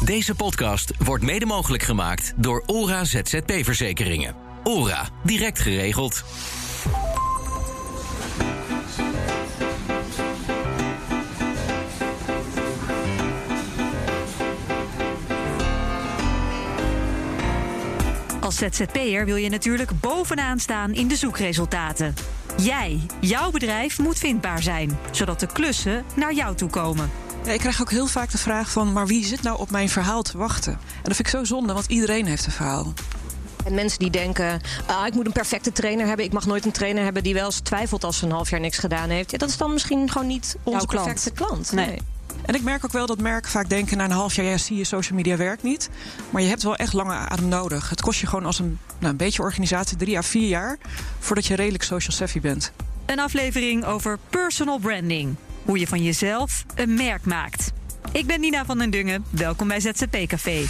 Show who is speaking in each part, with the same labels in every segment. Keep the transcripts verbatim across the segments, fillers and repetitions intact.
Speaker 1: Deze podcast wordt mede mogelijk gemaakt door OHRA Z Z P-verzekeringen. OHRA, direct geregeld.
Speaker 2: Als Z Z P'er wil je natuurlijk bovenaan staan in de zoekresultaten. Jij, jouw bedrijf moet vindbaar zijn, zodat de klussen naar jou toe komen.
Speaker 3: Ja, ik krijg ook heel vaak de vraag van, maar wie zit nou op mijn verhaal te wachten? En dat vind ik zo zonde, want iedereen heeft een verhaal.
Speaker 4: En mensen die denken, ah, ik moet een perfecte trainer hebben. Ik mag nooit een trainer hebben die wel eens twijfelt als ze een half jaar niks gedaan heeft. Ja, dat is dan misschien gewoon niet onze
Speaker 2: klant.
Speaker 4: perfecte klant.
Speaker 2: Nee.
Speaker 4: nee.
Speaker 3: En ik merk ook wel dat merken vaak denken, na een half jaar, ja, zie je, social media werkt niet. Maar je hebt wel echt lange adem nodig. Het kost je gewoon als een, nou, een beetje organisatie drie à vier jaar voordat je redelijk social savvy bent.
Speaker 2: Een aflevering over personal branding. Hoe je van jezelf een merk maakt. Ik ben Nina van den Dungen. Welkom bij Z Z P Café.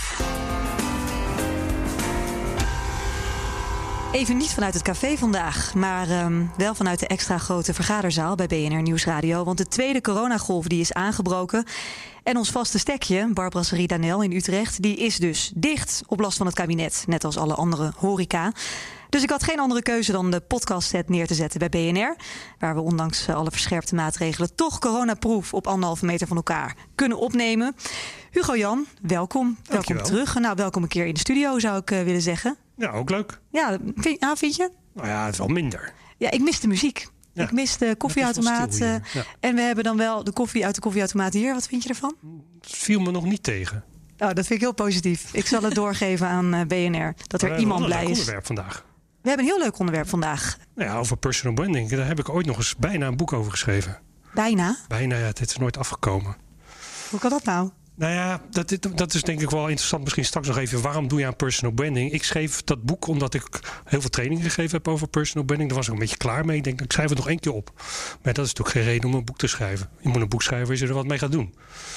Speaker 2: Even niet vanuit het café vandaag, maar um, wel vanuit de extra grote vergaderzaal bij B N R Nieuwsradio. Want de tweede coronagolf die is aangebroken. En ons vaste stekje, Barbara Danel in Utrecht, die is dus dicht op last van het kabinet. Net als alle andere horeca. Dus ik had geen andere keuze dan de podcastset neer te zetten bij B N R. Waar we ondanks alle verscherpte maatregelen toch coronaproof op anderhalve meter van elkaar kunnen opnemen. Hugo Jan, welkom.
Speaker 5: Dankjewel.
Speaker 2: Welkom terug. Nou, welkom een keer in de studio zou ik uh, willen zeggen.
Speaker 5: Ja, ook leuk.
Speaker 2: Ja, vind, nou, vind je?
Speaker 5: Nou ja, het is wel minder.
Speaker 2: Ja, ik mis de muziek.
Speaker 5: Ja.
Speaker 2: Ik mis de koffieautomaat.
Speaker 5: stil
Speaker 2: Uh,
Speaker 5: hier, ja.
Speaker 2: En we hebben dan wel de koffie uit de koffieautomaat hier. Wat vind je ervan?
Speaker 5: Het viel me nog niet tegen.
Speaker 2: Oh, dat vind ik heel positief. Ik zal het doorgeven aan uh, B N R. Dat er
Speaker 5: Maar
Speaker 2: iemand
Speaker 5: we
Speaker 2: blij
Speaker 5: hebben een
Speaker 2: is.
Speaker 5: onderwerp vandaag.
Speaker 2: We hebben een heel leuk onderwerp vandaag.
Speaker 5: Nou ja, over personal branding. Daar heb ik ooit nog eens bijna een boek over geschreven.
Speaker 2: Bijna.
Speaker 5: Bijna, ja, dit is nooit afgekomen.
Speaker 2: Hoe kan dat nou?
Speaker 5: Nou ja, dat, dat is denk ik wel interessant. Misschien straks nog even, waarom doe je aan personal branding? Ik schreef dat boek omdat ik heel veel trainingen gegeven heb over personal branding. Daar was ik een beetje klaar mee. Ik denk, ik schrijf het nog één keer op. Maar dat is natuurlijk geen reden om een boek te schrijven. Je moet een boek schrijven als je er wat mee gaat doen.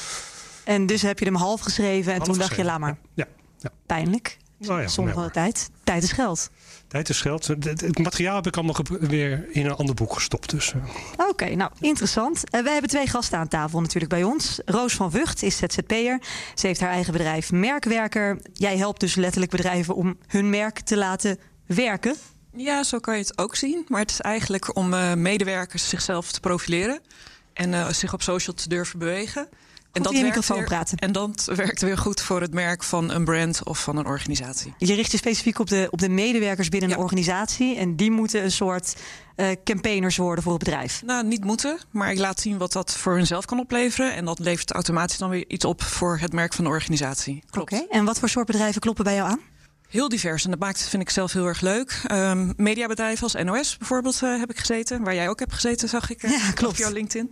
Speaker 2: En dus heb je hem half geschreven en
Speaker 5: Half
Speaker 2: toen dacht
Speaker 5: geschreven.
Speaker 2: je, laat maar.
Speaker 5: Ja, ja.
Speaker 2: Pijnlijk.
Speaker 5: Nou ja,
Speaker 2: Sommige
Speaker 5: nou,
Speaker 2: tijd. Tijd is geld.
Speaker 5: tijd is geld. Het, het materiaal heb ik allemaal ge- weer in een ander boek gestopt. Dus, uh.
Speaker 2: Oké, okay, nou, interessant. Uh, wij hebben twee gasten aan tafel natuurlijk bij ons. Roos van Vught is Z Z P'er. Ze heeft haar eigen bedrijf Merkwerker. Jij helpt dus letterlijk bedrijven om hun merk te laten werken.
Speaker 3: Ja, zo kan je het ook zien. Maar het is eigenlijk om uh, medewerkers zichzelf te profileren. En uh, zich op social te durven bewegen. En dat,
Speaker 2: in je
Speaker 3: werkt
Speaker 2: microfoon
Speaker 3: weer,
Speaker 2: praten.
Speaker 3: en dat werkt weer goed voor het merk van een brand of van een organisatie.
Speaker 2: Je richt je specifiek op de, op de medewerkers binnen
Speaker 3: Ja.
Speaker 2: een organisatie. En die moeten een soort uh, campaigners worden voor het bedrijf.
Speaker 3: Nou, niet moeten, maar ik laat zien wat dat voor hunzelf kan opleveren. En dat levert automatisch dan weer iets op voor het merk van de organisatie. Klopt.
Speaker 2: Oké, okay. En wat voor soort bedrijven kloppen bij jou aan?
Speaker 3: Heel divers en dat maakt het, vind ik zelf, heel erg leuk. Um, mediabedrijven als N O S bijvoorbeeld uh, heb ik gezeten. Waar jij ook hebt gezeten, zag ik uh,
Speaker 2: ja, klopt.
Speaker 3: op jouw LinkedIn.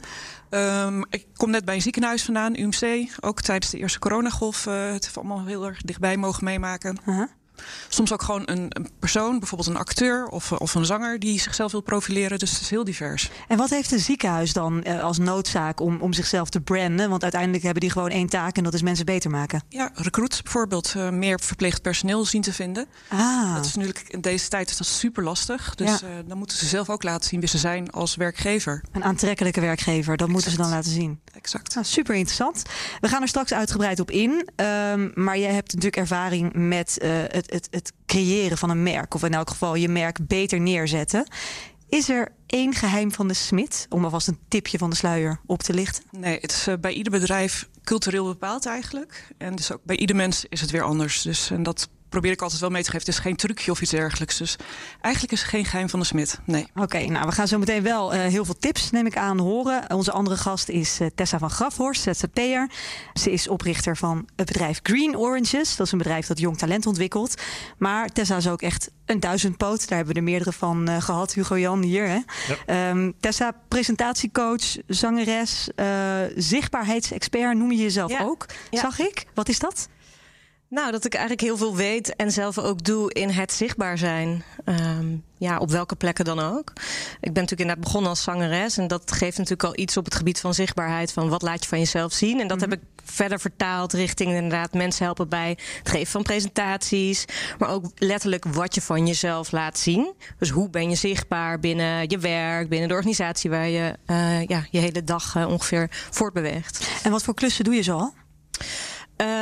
Speaker 3: Um, ik kom net bij een ziekenhuis vandaan, U M C. Ook tijdens de eerste coronagolf. Uh, het heeft allemaal heel erg dichtbij mogen meemaken.
Speaker 2: Uh-huh.
Speaker 3: Soms ook gewoon een, een persoon, bijvoorbeeld een acteur of, of een zanger... die zichzelf wil profileren, dus het is heel divers.
Speaker 2: En wat heeft een ziekenhuis dan uh, als noodzaak om, om zichzelf te branden? Want uiteindelijk hebben die gewoon één taak en dat is mensen beter maken.
Speaker 3: Ja, recruits bijvoorbeeld. Uh, meer verpleegd personeel zien te vinden.
Speaker 2: Ah.
Speaker 3: Dat is natuurlijk in deze tijd is dat super lastig. Dus
Speaker 2: Ja.
Speaker 3: uh, dan moeten ze zelf ook laten zien wie ze zijn als werkgever.
Speaker 2: Een aantrekkelijke werkgever, dat
Speaker 3: Exact.
Speaker 2: moeten ze dan laten zien.
Speaker 3: Exact.
Speaker 2: Nou, super interessant. We gaan er straks uitgebreid op in. Um, maar jij hebt natuurlijk ervaring met uh, het, het, het creëren van een merk. Of in elk geval je merk beter neerzetten. Is er één geheim van de smid? Om alvast een tipje van de sluier op te lichten.
Speaker 3: Nee, het is uh, bij ieder bedrijf cultureel bepaald eigenlijk. En dus ook bij ieder mens is het weer anders. Dus en dat probeer ik altijd wel mee te geven. Het is geen trucje of iets dergelijks. Dus eigenlijk is er geen geheim van de smid. Nee.
Speaker 2: Oké, okay, nou we gaan zo meteen wel uh, heel veel tips, neem ik aan, horen. Onze andere gast is uh, Tessa van Grafhorst, Z Z P'er. Ze is oprichter van het bedrijf Green Oranges. Dat is een bedrijf dat jong talent ontwikkelt. Maar Tessa is ook echt een duizendpoot. Daar hebben we er meerdere van uh, gehad. Hugo Jan hier. Hè? Ja. Um, Tessa, presentatiecoach, zangeres, uh, zichtbaarheidsexpert noem je jezelf ja. ook, ja. zag ik. Wat is dat?
Speaker 4: Nou, dat ik eigenlijk heel veel weet en zelf ook doe in het zichtbaar zijn. Um, ja, op welke plekken dan ook. Ik ben natuurlijk inderdaad begonnen als zangeres. En dat geeft natuurlijk al iets op het gebied van zichtbaarheid. Van wat laat je van jezelf zien. En dat mm-hmm. heb ik verder vertaald richting inderdaad mensen helpen bij het geven van presentaties. Maar ook letterlijk wat je van jezelf laat zien. Dus hoe ben je zichtbaar binnen je werk, binnen de organisatie waar je uh, ja, je hele dag uh, ongeveer voortbeweegt.
Speaker 2: En wat voor klussen doe je zo al?
Speaker 4: Um,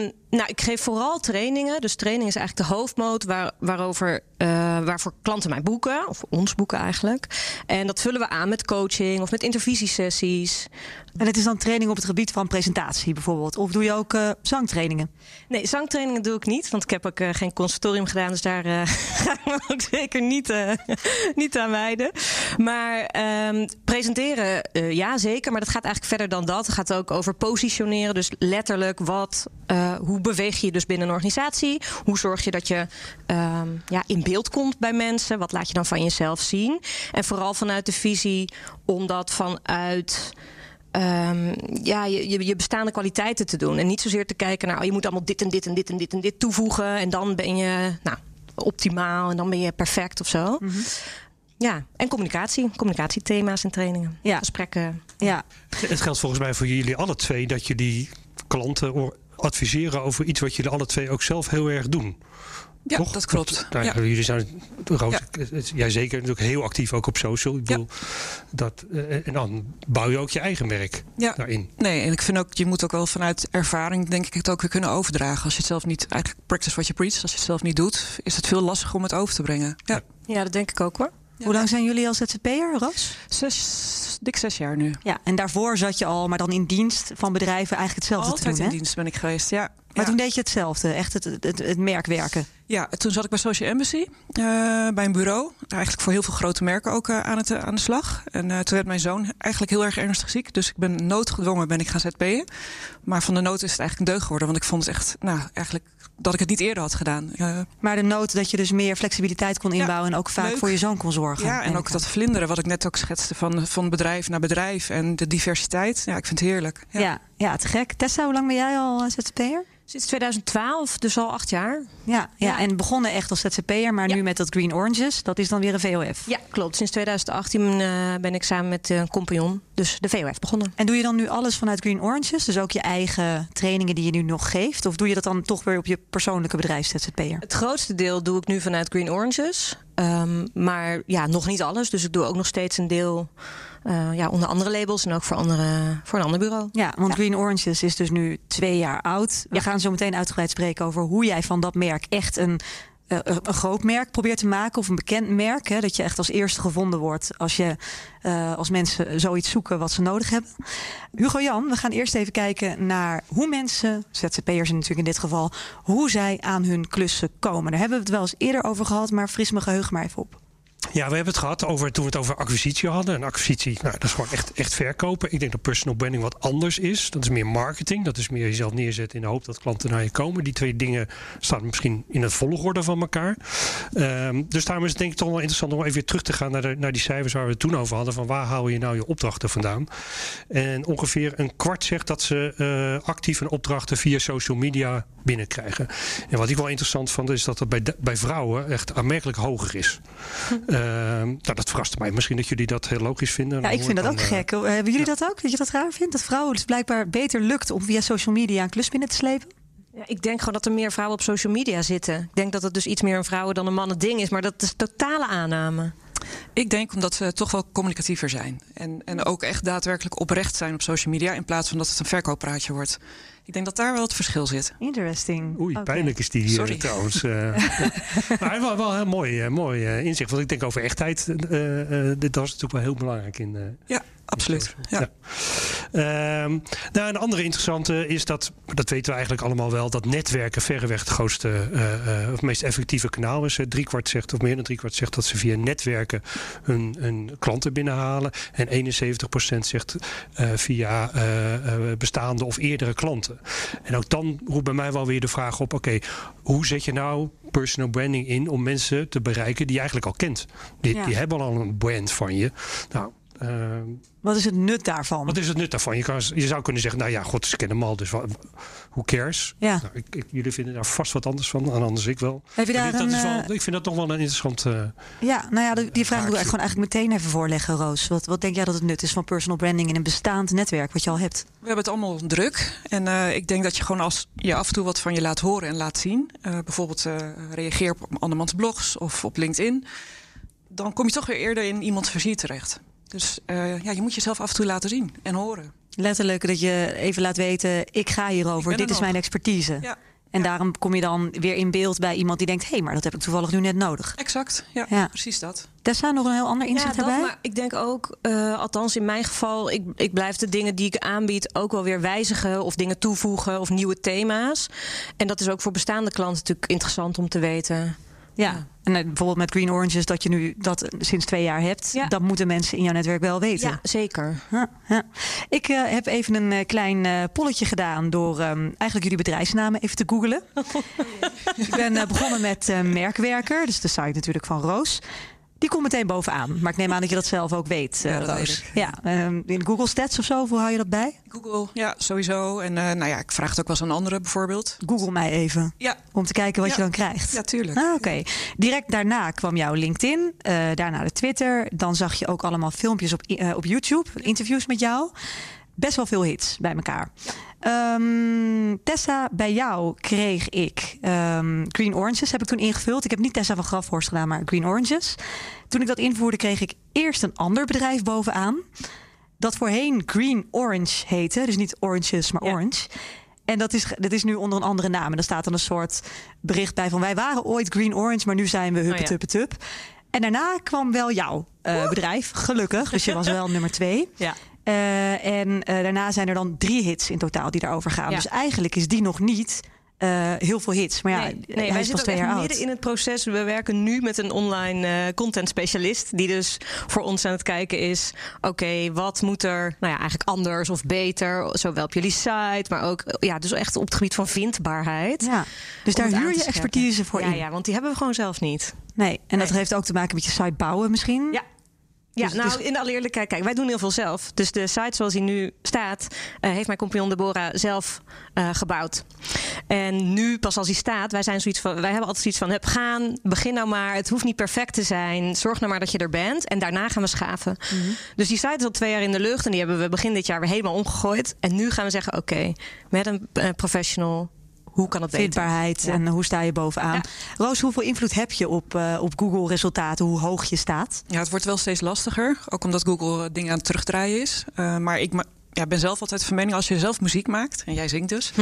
Speaker 4: nou, ik geef vooral trainingen. Dus training is eigenlijk de hoofdmoot waar, waarover, uh, waarvoor klanten mij boeken. Of ons boeken eigenlijk. En dat vullen we aan met coaching of met intervisiesessies.
Speaker 2: En het is dan training op het gebied van presentatie bijvoorbeeld? Of doe je ook uh, zangtrainingen?
Speaker 4: Nee, zangtrainingen doe ik niet. Want ik heb ook uh, geen conservatorium gedaan. Dus daar uh, ga ik me ook zeker niet, uh, niet aan wijden. Maar um, presenteren, uh, ja zeker. Maar dat gaat eigenlijk verder dan dat. Het gaat ook over positioneren. Dus letterlijk wat, uh, hoe beweeg je dus binnen een organisatie? Hoe zorg je dat je um, ja, in beeld komt bij mensen? Wat laat je dan van jezelf zien? En vooral vanuit de visie om dat vanuit... Um, ja, je, je bestaande kwaliteiten te doen. En niet zozeer te kijken naar... Oh, je moet allemaal dit en dit en dit en dit en dit toevoegen. En dan ben je nou, optimaal en dan ben je perfect of zo. Mm-hmm. Ja, en communicatie. Communicatiethema's en trainingen. Ja. Gesprekken.
Speaker 2: Ja.
Speaker 5: Het geldt volgens mij voor jullie alle twee... dat jullie klanten adviseren over iets... wat jullie alle twee ook zelf heel erg doen.
Speaker 3: Ja,
Speaker 5: toch?
Speaker 3: Dat klopt.
Speaker 5: Nou, ja. Jullie zijn, Roos, ja. jij zeker natuurlijk heel actief ook op social. Ik bedoel, ja. dat, uh, en dan bouw je ook je eigen merk
Speaker 3: ja.
Speaker 5: daarin.
Speaker 3: Nee, en ik vind ook, je moet ook wel vanuit ervaring, denk ik, het ook weer kunnen overdragen. Als je het zelf niet, eigenlijk practice what you preach, als je het zelf niet doet, is het veel lastiger om het over te brengen. Ja,
Speaker 4: ja dat denk ik ook hoor.
Speaker 2: Ja. Hoe lang zijn jullie als Z Z P'er, Roos?
Speaker 3: Zes, dik zes jaar nu.
Speaker 2: Ja, en daarvoor zat je al, maar dan in dienst van bedrijven eigenlijk hetzelfde
Speaker 3: Altijd
Speaker 2: te doen,
Speaker 3: in
Speaker 2: hè?
Speaker 3: dienst ben ik geweest, ja.
Speaker 2: Maar
Speaker 3: ja.
Speaker 2: toen deed je hetzelfde, echt het, het, het, het merk werken.
Speaker 3: Ja, toen zat ik bij Social Embassy, uh, bij een bureau. Eigenlijk voor heel veel grote merken ook uh, aan, het, uh, aan de slag. En uh, toen werd mijn zoon eigenlijk heel erg ernstig ziek. Dus ik ben noodgedwongen ben ik gaan Z P'en. Maar van de nood is het eigenlijk een deugd geworden. Want ik vond het echt, nou, eigenlijk dat ik het niet eerder had gedaan. Uh,
Speaker 2: maar de nood dat je dus meer flexibiliteit kon inbouwen... Ja, en ook vaak leuk. Voor je zoon kon zorgen.
Speaker 3: Ja, en ook dat vlinderen wat ik net ook schetste... van, van bedrijf naar bedrijf en de diversiteit. Ja, ik vind het heerlijk. Ja,
Speaker 2: ja, ja te gek. Tessa, hoe lang ben jij al Z Z P'er?
Speaker 4: Sinds twintig twaalf, dus al acht jaar.
Speaker 2: Ja, ja, ja. En begonnen echt als Z Z P'er, maar ja. nu met dat Green Oranges. Dat is dan weer een V O F.
Speaker 4: Ja, klopt. Sinds twintig achttien uh, ben ik samen met een compagnon, dus de V O F, begonnen.
Speaker 2: En doe je dan nu alles vanuit Green Oranges? Dus ook je eigen trainingen die je nu nog geeft? Of doe je dat dan toch weer op je persoonlijke bedrijf Z Z P'er?
Speaker 4: Het grootste deel doe ik nu vanuit Green Oranges. Um, maar ja, nog niet alles. Dus ik doe ook nog steeds een deel... Uh, ja, onder andere labels en ook voor, andere, voor een ander bureau.
Speaker 2: Ja, want ja. Green Oranges is dus nu twee jaar oud. We ja. gaan zo meteen uitgebreid spreken over hoe jij van dat merk echt een, uh, een groot merk probeert te maken. Of een bekend merk. Hè, dat je echt als eerste gevonden wordt als, je, uh, als mensen zoiets zoeken wat ze nodig hebben. Hugo Jan, we gaan eerst even kijken naar hoe mensen, Z Z P'ers natuurlijk in dit geval, hoe zij aan hun klussen komen. Daar hebben we het wel eens eerder over gehad, maar fris mijn geheugen maar even op.
Speaker 5: Ja, we hebben het gehad over toen we het over acquisitie hadden. En acquisitie, nou, dat is gewoon echt, echt verkopen. Ik denk dat personal branding wat anders is. Dat is meer marketing. Dat is meer jezelf neerzetten in de hoop dat klanten naar je komen. Die twee dingen staan misschien in het volgorde van elkaar. Um, dus daarom is het denk ik toch wel interessant om even weer terug te gaan naar, de, naar die cijfers waar we het toen over hadden. Van waar haal je nou je opdrachten vandaan? En ongeveer een kwart zegt dat ze uh, actief een opdrachten via social media binnenkrijgen. En wat ik wel interessant vond is dat dat bij, de, bij vrouwen echt aanmerkelijk hoger is. Uh, nou, dat verraste mij. Misschien dat jullie dat heel logisch vinden.
Speaker 2: Ja, ik vind dat
Speaker 5: dan,
Speaker 2: ook uh, gek. Uh, hebben jullie ja. dat ook? Dat je dat raar vindt? Dat vrouwen dus blijkbaar beter lukt om via social media een klus binnen te slepen?
Speaker 4: Ja, ik denk gewoon dat er meer vrouwen op social media zitten. Ik denk dat het dus iets meer een vrouwen dan een mannen ding is. Maar dat is totale aanname.
Speaker 3: Ik denk omdat ze toch wel communicatiever zijn. En, en ook echt daadwerkelijk oprecht zijn op social media. In plaats van dat het een verkooppraatje wordt. Ik denk dat daar wel het verschil zit.
Speaker 2: Interesting.
Speaker 5: Oei, okay. Pijnlijk is die uh, trouwens. Uh, maar wel, wel heel mooi, uh, mooi uh, inzicht. Want ik denk over echtheid. Uh, uh, dit was natuurlijk wel heel belangrijk in. Uh,
Speaker 3: ja, absoluut. Ja.
Speaker 5: Ja. Um, nou, een andere interessante is dat, dat weten we eigenlijk allemaal wel, dat netwerken verreweg het grootste uh, uh, of meest effectieve kanaal is. Driekwart zegt, of meer dan driekwart zegt dat ze via netwerken hun, hun klanten binnenhalen. En eenenzeventig procent zegt uh, via uh, uh, bestaande of eerdere klanten. En ook dan roept bij mij wel weer de vraag op, oké, okay, hoe zet je nou personal branding in om mensen te bereiken die je eigenlijk al kent? Die, ja. die hebben al een brand van je. Nou, uh,
Speaker 2: wat is het nut daarvan?
Speaker 5: Wat is het nut daarvan? Je, kan, je zou kunnen zeggen, nou ja, god, ze kennen hem al, dus who cares?
Speaker 2: Ja.
Speaker 5: Nou, ik, ik, jullie vinden daar vast wat anders van, en anders ik wel.
Speaker 2: Heb je daar
Speaker 5: dit,
Speaker 2: een,
Speaker 5: dat is wel.
Speaker 2: Uh,
Speaker 5: Ik vind dat toch wel een interessant. Uh,
Speaker 2: ja, nou ja, die vraag wil ik gewoon eigenlijk meteen even voorleggen, Roos. Wat, wat denk jij dat het nut is van personal branding in een bestaand netwerk wat je al hebt?
Speaker 3: We hebben het allemaal druk. En uh, ik denk dat je gewoon als je af en toe wat van je laat horen en laat zien. Uh, bijvoorbeeld uh, reageer op andermans blogs of op LinkedIn. Dan kom je toch weer eerder in iemands vizier terecht. Dus uh, ja, je moet jezelf af en toe laten zien en horen.
Speaker 2: Letterlijk dat je even laat weten, ik ga hierover, dit is mijn expertise.
Speaker 3: Ja.
Speaker 2: En
Speaker 3: ja.
Speaker 2: daarom kom je dan weer in beeld bij iemand die denkt, hé, hey, maar dat heb ik toevallig nu net nodig.
Speaker 3: Exact, ja,
Speaker 2: Ja.
Speaker 3: precies dat.
Speaker 2: Tessa, nog een heel ander inzicht
Speaker 4: ja, dat,
Speaker 2: erbij?
Speaker 4: maar ik denk ook, uh, althans in mijn geval, ik, ik blijf de dingen die ik aanbied ook wel weer wijzigen of dingen toevoegen of nieuwe thema's. En dat is ook voor bestaande klanten natuurlijk interessant om te weten.
Speaker 2: Ja, ja. En uh, bijvoorbeeld met Green Oranges, dat je nu dat sinds twee jaar hebt,
Speaker 4: Ja.
Speaker 2: dat moeten mensen in jouw netwerk wel weten.
Speaker 4: Ja, zeker.
Speaker 2: Ja, ja. Ik uh, heb even een uh, klein uh, polletje gedaan door um, eigenlijk jullie bedrijfsnamen even te googlen. Ik ben uh, begonnen met uh, Merkwerker, dus de site natuurlijk van Roos. Die komt meteen bovenaan. Maar ik neem aan dat je dat zelf ook weet, uh,
Speaker 3: Ja, dat
Speaker 2: Roos.
Speaker 3: weet ik.
Speaker 2: Ja, um, in Google Stats of zo, hoe hou je dat bij?
Speaker 3: Google, ja, sowieso. En uh, nou ja, ik vraag het ook wel eens aan anderen bijvoorbeeld.
Speaker 2: Google mij even.
Speaker 3: Ja.
Speaker 2: Om te kijken wat
Speaker 3: Ja.
Speaker 2: je dan krijgt.
Speaker 3: Ja, tuurlijk.
Speaker 2: Ah, Oké. Okay. Direct daarna kwam jouw LinkedIn. Uh, daarna de Twitter. Dan zag je ook allemaal filmpjes op, uh, op YouTube. Interviews met jou. Best wel veel hits bij elkaar. Ja. Um, Tessa, bij jou kreeg ik um, Green Oranges. Heb ik toen ingevuld. Ik heb niet Tessa van Grafhorst gedaan, maar Green Oranges. Toen ik dat invoerde, kreeg ik eerst een ander bedrijf bovenaan. Dat voorheen Green Orange heette. Dus niet Oranges, maar
Speaker 4: Ja.
Speaker 2: Orange. En dat is, dat is nu onder een andere naam. En daar staat dan een soort bericht bij van... wij waren ooit Green Orange, maar nu zijn we huppetuppetup. Oh ja. En daarna kwam wel jouw uh, bedrijf, gelukkig. Dus je was wel nummer twee.
Speaker 4: Ja.
Speaker 2: Uh, en uh, daarna zijn er dan drie hits in totaal die daarover gaan.
Speaker 4: Ja.
Speaker 2: Dus eigenlijk is die nog niet... Uh, heel veel hits. Maar ja,
Speaker 4: nee, nee,
Speaker 2: hij
Speaker 4: wij
Speaker 2: is pas
Speaker 4: zitten
Speaker 2: twee
Speaker 4: ook
Speaker 2: jaar
Speaker 4: echt
Speaker 2: oud.
Speaker 4: midden in het proces. We werken nu met een online uh, content specialist. Die dus voor ons aan het kijken is... oké, okay, wat moet er nou ja, eigenlijk anders of beter? Zowel op jullie site, maar ook ja, dus echt op het gebied van vindbaarheid.
Speaker 2: Ja, dus daar huur je expertise voor
Speaker 4: ja,
Speaker 2: in.
Speaker 4: Ja, want die hebben we gewoon zelf niet.
Speaker 2: Nee, en
Speaker 4: nee.
Speaker 2: dat heeft ook te maken met je site bouwen misschien.
Speaker 4: Ja. Ja,
Speaker 2: dus,
Speaker 4: nou,
Speaker 2: dus...
Speaker 4: in alle eerlijkheid, kijk, wij doen heel veel zelf. Dus de site zoals die nu staat, uh, heeft mijn compagnon Deborah zelf uh, gebouwd. En nu pas als hij staat, wij zijn zoiets van, wij hebben altijd zoiets van, hup, gaan, begin nou maar. Het hoeft niet perfect te zijn. Zorg nou maar dat je er bent. En daarna gaan we schaven. Mm-hmm. Dus die site is al twee jaar in de lucht en die hebben we begin dit jaar weer helemaal omgegooid. En nu gaan we zeggen, oké, okay, met een uh, professional. Hoe kan het beter?
Speaker 2: Vindbaarheid ja. en hoe sta je bovenaan. Ja. Roos, hoeveel invloed heb je op, uh, op Google resultaten? Hoe hoog je staat?
Speaker 3: Ja, het wordt wel steeds lastiger. Ook omdat Google dingen aan het terugdraaien is. Uh, maar ik ma- ja, ben zelf altijd van mening, als je zelf muziek maakt, en jij zingt dus,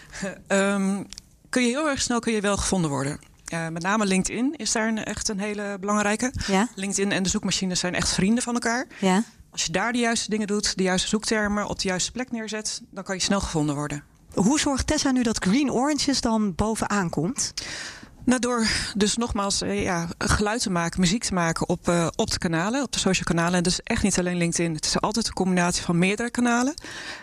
Speaker 3: um, kun je heel erg snel kun je wel gevonden worden. Uh, met name LinkedIn is daar een, echt een hele belangrijke.
Speaker 2: Ja?
Speaker 3: LinkedIn en de zoekmachines zijn echt vrienden van elkaar.
Speaker 2: Ja?
Speaker 3: Als je daar de juiste dingen doet, de juiste zoektermen op de juiste plek neerzet, dan kan je snel gevonden worden.
Speaker 2: Hoe zorgt Tessa nu dat Green Oranges dan bovenaan komt?
Speaker 3: Nou, door dus nogmaals ja, geluid te maken, muziek te maken op, uh, op de kanalen, op de social kanalen. En dus echt niet alleen LinkedIn. Het is altijd een combinatie van meerdere kanalen.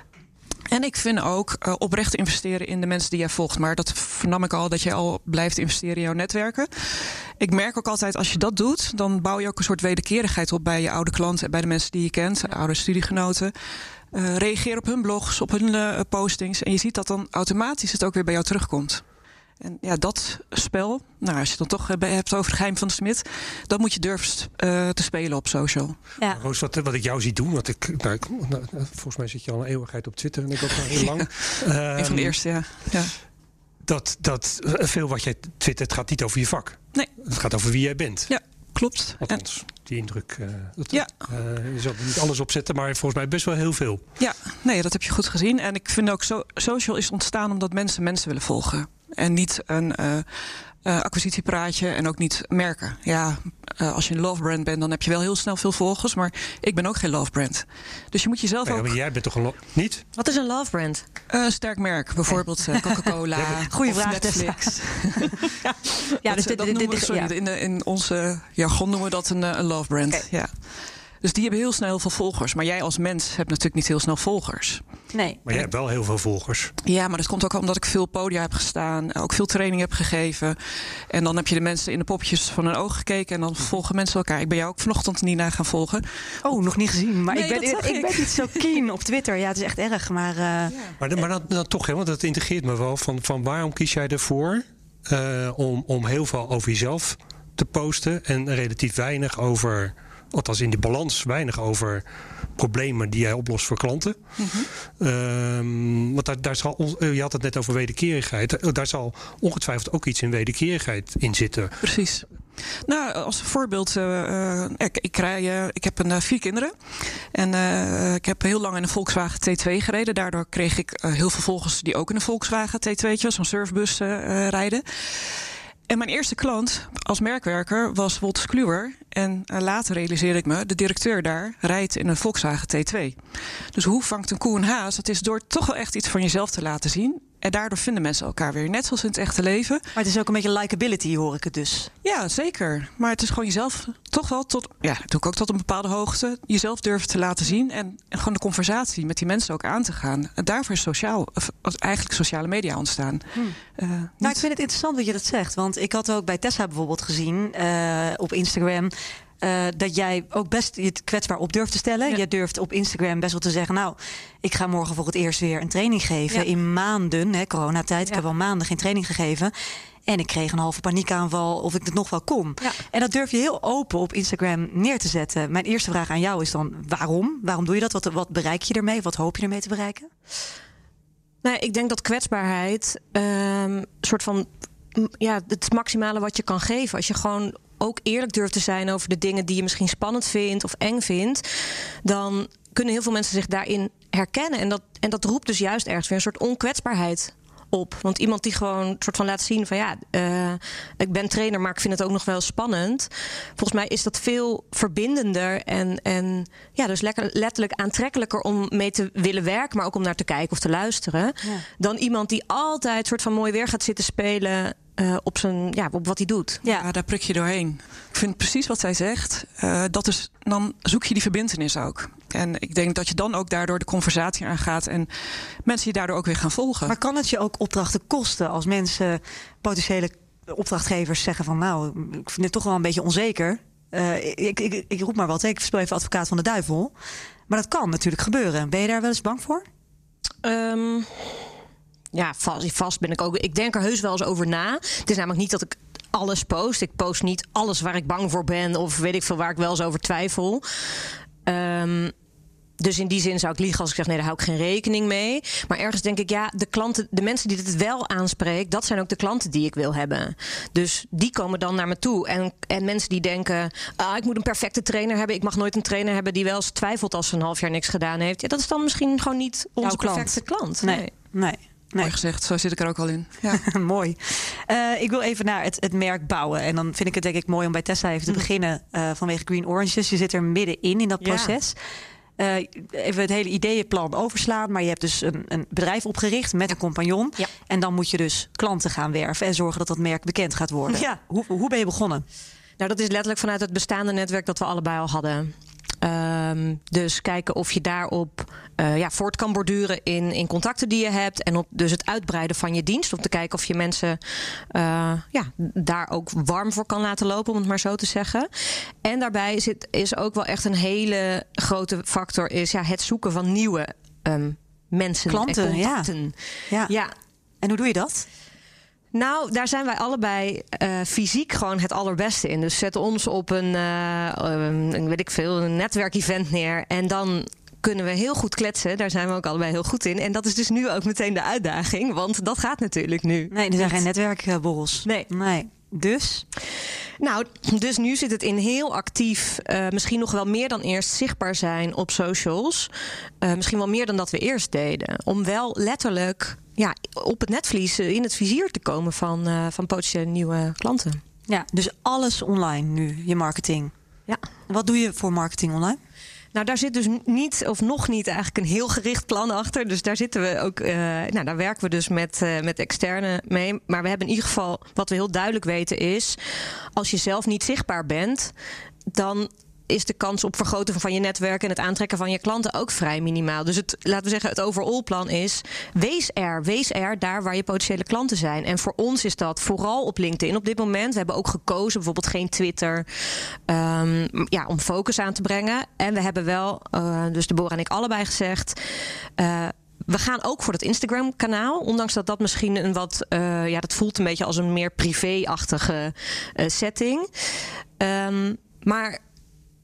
Speaker 3: En ik vind ook uh, oprecht investeren in de mensen die jij volgt. Maar dat vernam ik al, dat je al blijft investeren in jouw netwerken. Ik merk ook altijd, als je dat doet, dan bouw je ook een soort wederkerigheid op bij je oude klanten en bij de mensen die je kent, oude studiegenoten. Uh, reageer op hun blogs, op hun uh, postings. En je ziet dat dan automatisch het ook weer bij jou terugkomt. En ja, dat spel, nou, als je het dan toch uh, hebt over het geheim van de smid, dat moet je durven uh, te spelen op social.
Speaker 2: Ja.
Speaker 5: Roos, wat, wat ik jou zie doen, wat ik, nou, ik, nou, volgens mij zit je al een eeuwigheid op Twitter en ik ook al heel lang.
Speaker 3: Ja, um, een van de eerste, ja. ja.
Speaker 5: Dat, dat veel wat jij twittert gaat niet over je vak.
Speaker 3: Nee.
Speaker 5: Het gaat over wie jij bent.
Speaker 3: Ja, klopt.
Speaker 5: Althans, en... die indruk. Uh, dat,
Speaker 3: ja.
Speaker 5: Uh, je zal er niet alles op zetten, maar volgens mij best wel heel veel.
Speaker 3: Ja, nee, dat heb je goed gezien. En ik vind ook, so, social is ontstaan omdat mensen mensen willen volgen. En niet een uh, uh, acquisitiepraatje en ook niet merken. Ja, uh, als je een love brand bent, dan heb je wel heel snel veel volgers. Maar ik ben ook geen love brand. Dus je moet jezelf
Speaker 5: nee,
Speaker 3: ook...
Speaker 5: Maar jij bent toch een lo- niet?
Speaker 4: Wat is een love brand?
Speaker 3: Een uh, sterk merk. Bijvoorbeeld uh, Coca-Cola. Ja,
Speaker 2: goeie
Speaker 3: of
Speaker 2: vraag,
Speaker 3: Netflix.
Speaker 2: ja, ja,
Speaker 3: dat,
Speaker 2: dus
Speaker 3: dat noemen we, sorry, ja. in, de, in onze jargon noemen we dat een, een love brand. Okay. Ja. Dus die hebben heel snel heel veel volgers. Maar jij als mens hebt natuurlijk niet heel snel volgers.
Speaker 2: Nee.
Speaker 5: Maar jij hebt wel heel veel volgers.
Speaker 3: Ja, maar dat komt ook omdat ik veel podia heb gestaan. Ook veel training heb gegeven. En dan heb je de mensen in de poppetjes van hun ogen gekeken. En dan volgen mensen elkaar. Ik ben jou ook vanochtend Nina gaan volgen.
Speaker 2: Oh, nog niet gezien. Maar
Speaker 3: nee,
Speaker 2: ik, ben, ik, ik ben niet zo keen op Twitter. Ja, het is echt erg. Maar, uh... ja.
Speaker 5: maar, maar dan, dan toch, hè, want dat integreert me wel. Van, van waarom kies jij ervoor uh, om, om heel veel over jezelf te posten. En relatief weinig over... Althans in de balans weinig over problemen die jij oplost voor klanten. Mm-hmm. Um, want daar, daar zal, je had het net over wederkerigheid. Daar zal ongetwijfeld ook iets in wederkerigheid in zitten.
Speaker 3: Precies. Nou, als voorbeeld, uh, ik, ik, rij, uh, ik heb een, uh, vier kinderen. En uh, ik heb heel lang in een Volkswagen T twee gereden. Daardoor kreeg ik uh, heel veel volgers die ook in een Volkswagen T twee'tje, zo'n surfbus, uh, rijden. En mijn eerste klant als merkwerker was Wolters Kluwer. En uh, later realiseerde ik me, de directeur daar rijdt in een Volkswagen T twee. Dus hoe vangt een koe een haas? Dat is door toch wel echt iets van jezelf te laten zien. En daardoor vinden mensen elkaar weer, net zoals in het echte leven.
Speaker 2: Maar het is ook een beetje likability, hoor ik het dus.
Speaker 3: Ja, zeker. Maar het is gewoon jezelf toch wel tot, ja, dat doe ik ook tot een bepaalde hoogte, jezelf durven te laten zien en, en gewoon de conversatie met die mensen ook aan te gaan. En daarvoor is sociaal, of eigenlijk sociale media ontstaan.
Speaker 2: Hmm.
Speaker 3: Uh,
Speaker 2: nou, ik vind het interessant dat je dat zegt. Want ik had ook bij Tessa bijvoorbeeld gezien uh, op Instagram. Uh, dat jij ook best je kwetsbaar op durft te stellen. Ja. Je durft op Instagram best wel te zeggen, nou, ik ga morgen voor het eerst weer een training geven. Ja. In maanden, hè, coronatijd. Ja. Ik heb al maanden geen training gegeven. En ik kreeg een halve paniekaanval of ik het nog wel kon. Ja. En dat durf je heel open op Instagram neer te zetten. Mijn eerste vraag aan jou is dan, waarom? Waarom doe je dat? Wat, wat bereik je ermee? Wat hoop je ermee te bereiken?
Speaker 4: Nou, ik denk dat kwetsbaarheid een um, soort van, ja, het maximale wat je kan geven. Als je gewoon ook eerlijk durft te zijn over de dingen die je misschien spannend vindt of eng vindt, dan kunnen heel veel mensen zich daarin herkennen. En dat, en dat roept dus juist ergens weer een soort onkwetsbaarheid op. Want iemand die gewoon een soort van laat zien van ja, uh, ik ben trainer, maar ik vind het ook nog wel spannend. Volgens mij is dat veel verbindender en, en ja, dus lekker, letterlijk aantrekkelijker om mee te willen werken, maar ook om naar te kijken of te luisteren. Ja. Dan iemand die altijd soort van mooi weer gaat zitten spelen Uh, op, zijn, ja, op wat hij doet.
Speaker 3: Ja. ja, daar prik je doorheen. Ik vind precies wat zij zegt. Uh, dat is, dan zoek je die verbintenis ook. En ik denk dat je dan ook daardoor de conversatie aangaat en mensen je daardoor ook weer gaan volgen.
Speaker 2: Maar kan het je ook opdrachten kosten als mensen, potentiële opdrachtgevers, zeggen van nou, ik vind het toch wel een beetje onzeker. Uh, ik, ik, ik roep maar wat, ik speel even advocaat van de duivel. Maar dat kan natuurlijk gebeuren. Ben je daar wel eens bang voor?
Speaker 4: Um... Ja, vast, vast ben ik ook. Ik denk er heus wel eens over na. Het is namelijk niet dat ik alles post. Ik post niet alles waar ik bang voor ben of weet ik veel waar ik wel eens over twijfel. Um, dus in die zin zou ik liegen als ik zeg nee, daar hou ik geen rekening mee. Maar ergens denk ik ja, de klanten, de mensen die dit wel aanspreekt, dat zijn ook de klanten die ik wil hebben. Dus die komen dan naar me toe. En, en mensen die denken, ah, ik moet een perfecte trainer hebben. Ik mag nooit een trainer hebben die wel eens twijfelt als ze een half jaar niks gedaan heeft. Ja, dat is dan misschien gewoon niet onze
Speaker 2: klant.
Speaker 4: perfecte klant.
Speaker 2: Nee, nee. nee.
Speaker 3: Nee. Mooi gezegd, zo zit ik er ook al in. Ja.
Speaker 2: Mooi. Uh, ik wil even naar het, het merk bouwen. En dan vind ik het denk ik mooi om bij Tessa even te mm. beginnen uh, vanwege Green Oranges. Je zit er middenin in dat proces. Ja. Uh, even het hele ideeënplan overslaan. Maar je hebt dus een, een bedrijf opgericht met ja. een compagnon. Ja. En dan moet je dus klanten gaan werven en zorgen dat dat merk bekend gaat worden. Ja. Hoe, hoe ben je begonnen?
Speaker 4: Nou, dat is letterlijk vanuit het bestaande netwerk dat we allebei al hadden. Um, dus kijken of je daarop uh, ja, voort kan borduren in, in contacten die je hebt. En op dus het uitbreiden van je dienst. Om te kijken of je mensen uh, ja, daar ook warm voor kan laten lopen, om het maar zo te zeggen. En daarbij zit, is ook wel echt een hele grote factor is ja, het zoeken van nieuwe um, mensen.
Speaker 2: Klanten,
Speaker 4: en contacten.
Speaker 2: Ja. Ja. ja. En hoe doe je dat?
Speaker 4: Nou, daar zijn wij allebei uh, fysiek gewoon het allerbeste in. Dus zet ons op een, uh, um, weet ik veel, een netwerkevent neer. En dan kunnen we heel goed kletsen. Daar zijn we ook allebei heel goed in. En dat is dus nu ook meteen de uitdaging. Want dat gaat natuurlijk nu.
Speaker 2: Nee, er zijn geen netwerkborrels.
Speaker 4: Nee.
Speaker 2: Nee. Dus?
Speaker 4: Nou, dus nu zit het in heel actief, uh, misschien nog wel meer dan eerst zichtbaar zijn op socials. Uh, misschien wel meer dan dat we eerst deden. Om wel letterlijk ja, op het netvlies in het vizier te komen van, uh, van potentiële nieuwe klanten.
Speaker 2: Ja, dus alles online nu, je marketing.
Speaker 4: Ja.
Speaker 2: Wat doe je voor marketing online?
Speaker 4: Nou, daar zit dus niet, of nog niet eigenlijk een heel gericht plan achter. Dus daar zitten we ook, uh, nou, daar werken we dus met, uh, met externe mee. Maar we hebben in ieder geval, wat we heel duidelijk weten is, als je zelf niet zichtbaar bent, dan is de kans op vergroten van je netwerk en het aantrekken van je klanten ook vrij minimaal. Dus het, laten we zeggen, het overall plan is, wees er. Wees er daar waar je potentiële klanten zijn. En voor ons is dat vooral op LinkedIn op dit moment. We hebben ook gekozen, bijvoorbeeld geen Twitter, um, ja, om focus aan te brengen. En we hebben wel, uh, dus Deborah en ik allebei gezegd, Uh, we gaan ook voor het Instagram-kanaal. Ondanks dat dat misschien een wat, uh, ja, dat voelt een beetje als een meer privé-achtige uh, setting. Um, maar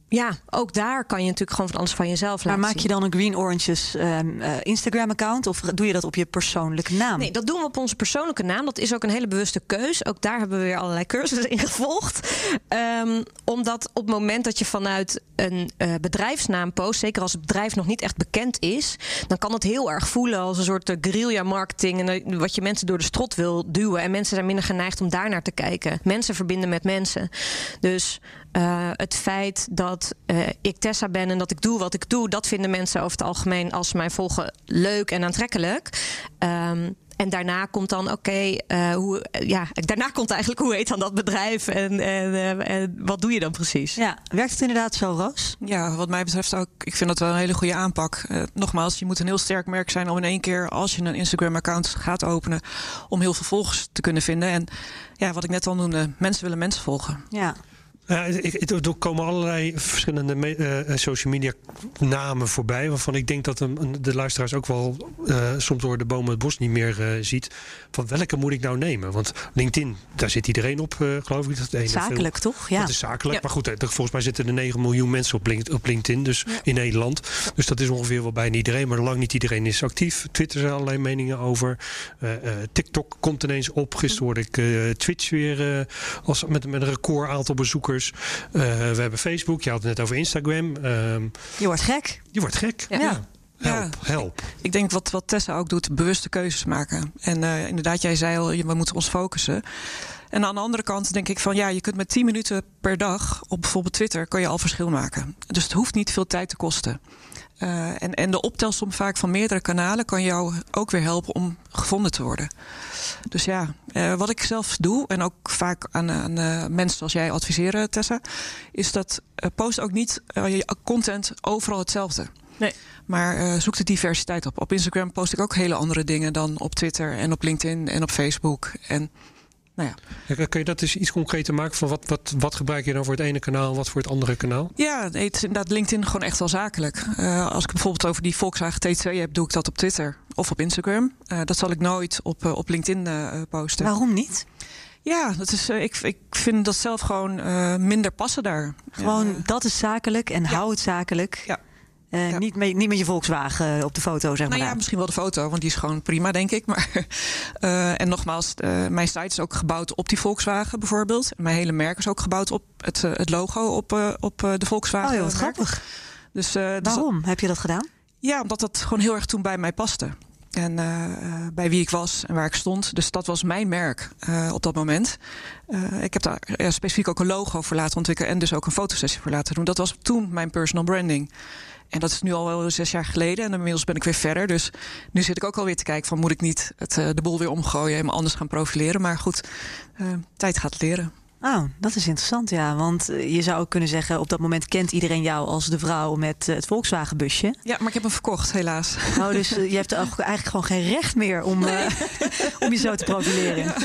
Speaker 4: Ja, ook daar kan je natuurlijk gewoon van alles van jezelf laten
Speaker 2: Maar maak je dan een Green Oranges um, uh, Instagram-account? Of doe je dat op je persoonlijke naam?
Speaker 4: Nee, dat doen we op onze persoonlijke naam. Dat is ook een hele bewuste keus. Ook daar hebben we weer allerlei cursussen in gevolgd. Um, omdat op het moment dat je vanuit een uh, bedrijfsnaam post, zeker als het bedrijf nog niet echt bekend is, dan kan het heel erg voelen als een soort uh, guerrilla-marketing en uh, wat je mensen door de strot wil duwen. En mensen zijn minder geneigd om daar naar te kijken. Mensen verbinden met mensen. Dus Uh, het feit dat uh, ik Tessa ben en dat ik doe wat ik doe, dat vinden mensen over het algemeen, als ze mij volgen, leuk en aantrekkelijk. Um, en daarna komt dan, oké, okay, uh, hoe, ja, daarna komt eigenlijk hoe heet dan dat bedrijf en, en, uh, en wat doe je dan precies?
Speaker 2: Ja, werkt het inderdaad zo, Roos?
Speaker 3: Ja, wat mij betreft ook, ik vind dat wel een hele goede aanpak. Uh, nogmaals, je moet een heel sterk merk zijn om in één keer, als je een Instagram-account gaat openen, om heel veel volgers te kunnen vinden. En ja, wat ik net al noemde, mensen willen mensen volgen.
Speaker 2: Ja.
Speaker 5: Ja, ik, er komen allerlei verschillende me, uh, social media namen voorbij, waarvan ik denk dat een, de luisteraars ook wel uh, soms door de bomen het bos niet meer uh, ziet. Van welke moet ik nou nemen? Want LinkedIn, daar zit iedereen op, uh, geloof ik. Dat ene
Speaker 2: zakelijk,
Speaker 5: veel,
Speaker 2: toch? Ja.
Speaker 5: Dat is zakelijk.
Speaker 4: Ja.
Speaker 5: Maar goed, volgens mij zitten er negen miljoen mensen op, link, op LinkedIn, dus ja. in Nederland. Dus dat is ongeveer wel bijna iedereen, maar lang niet iedereen is actief. Twitter zijn allerlei meningen over. Uh, uh, TikTok komt ineens op. Gisteren hoorde ik uh, Twitch weer uh, als, met, met een record aantal bezoekers. Uh, we hebben Facebook, je had het net over Instagram. Um,
Speaker 2: je wordt gek.
Speaker 5: Je wordt gek,
Speaker 2: ja.
Speaker 5: ja. Help,
Speaker 3: ja.
Speaker 5: help.
Speaker 3: Ik denk wat, wat Tessa ook doet, bewuste keuzes maken. En uh, inderdaad, jij zei al, we moeten ons focussen. En aan de andere kant denk ik van, ja, je kunt met tien minuten per dag op bijvoorbeeld Twitter, kan je al verschil maken. Dus het hoeft niet veel tijd te kosten. Uh, en, en de optelsom vaak van meerdere kanalen kan jou ook weer helpen om gevonden te worden. Dus ja, uh, wat ik zelf doe, en ook vaak aan, aan uh, mensen zoals jij adviseren, Tessa, is dat uh, post ook niet uh, je content overal hetzelfde.
Speaker 4: Nee.
Speaker 3: Maar uh, zoek de diversiteit op. Op Instagram post ik ook hele andere dingen dan op Twitter en op LinkedIn en op Facebook. En nou ja.
Speaker 5: Ja, kun je dat eens iets concreter maken van wat, wat, wat gebruik je dan voor het ene kanaal en wat voor het andere kanaal?
Speaker 3: Ja, het is inderdaad LinkedIn gewoon echt wel zakelijk. Uh, als ik bijvoorbeeld over die Volkswagen T twee heb, doe ik dat op Twitter of op Instagram. Uh, dat zal ik nooit op, uh, op LinkedIn uh, posten.
Speaker 2: Waarom niet?
Speaker 3: Ja, dat is, uh, ik, ik vind dat zelf gewoon uh, minder passen daar.
Speaker 2: Gewoon,
Speaker 3: uh,
Speaker 2: dat is zakelijk en
Speaker 3: ja.
Speaker 2: hou het zakelijk.
Speaker 3: Ja.
Speaker 2: Uh,
Speaker 3: ja.
Speaker 2: niet, met, niet met je Volkswagen op de foto, zeg maar.
Speaker 3: Nou ja, misschien wel de foto, want die is gewoon prima, denk ik. Maar, uh, en nogmaals, uh, mijn site is ook gebouwd op die Volkswagen bijvoorbeeld. Mijn hele merk is ook gebouwd op het, uh, het logo op, uh, op uh, de Volkswagen.
Speaker 2: Oh, heel wat
Speaker 3: merk.
Speaker 2: grappig.
Speaker 3: Dus, uh,
Speaker 2: Waarom
Speaker 3: dus,
Speaker 2: heb je dat gedaan?
Speaker 3: Ja, omdat dat gewoon heel erg toen bij mij paste. En uh, bij wie ik was en waar ik stond. Dus dat was mijn merk uh, op dat moment. Uh, ik heb daar ja, specifiek ook een logo voor laten ontwikkelen. En dus ook een fotosessie voor laten doen. Dat was toen mijn personal branding. En dat is nu al wel zes jaar geleden. En inmiddels ben ik weer verder. Dus nu zit ik ook alweer te kijken van, moet ik niet het, uh, de boel weer omgooien en me anders gaan profileren. Maar goed, uh, tijd gaat leren.
Speaker 2: Oh, dat is interessant, ja. Want je zou ook kunnen zeggen, op dat moment kent iedereen jou als de vrouw met het Volkswagen-busje.
Speaker 3: Ja, maar ik heb hem verkocht, helaas.
Speaker 2: Oh, dus je hebt eigenlijk gewoon geen recht meer om, uh, om je zo te profileren.
Speaker 3: Ja,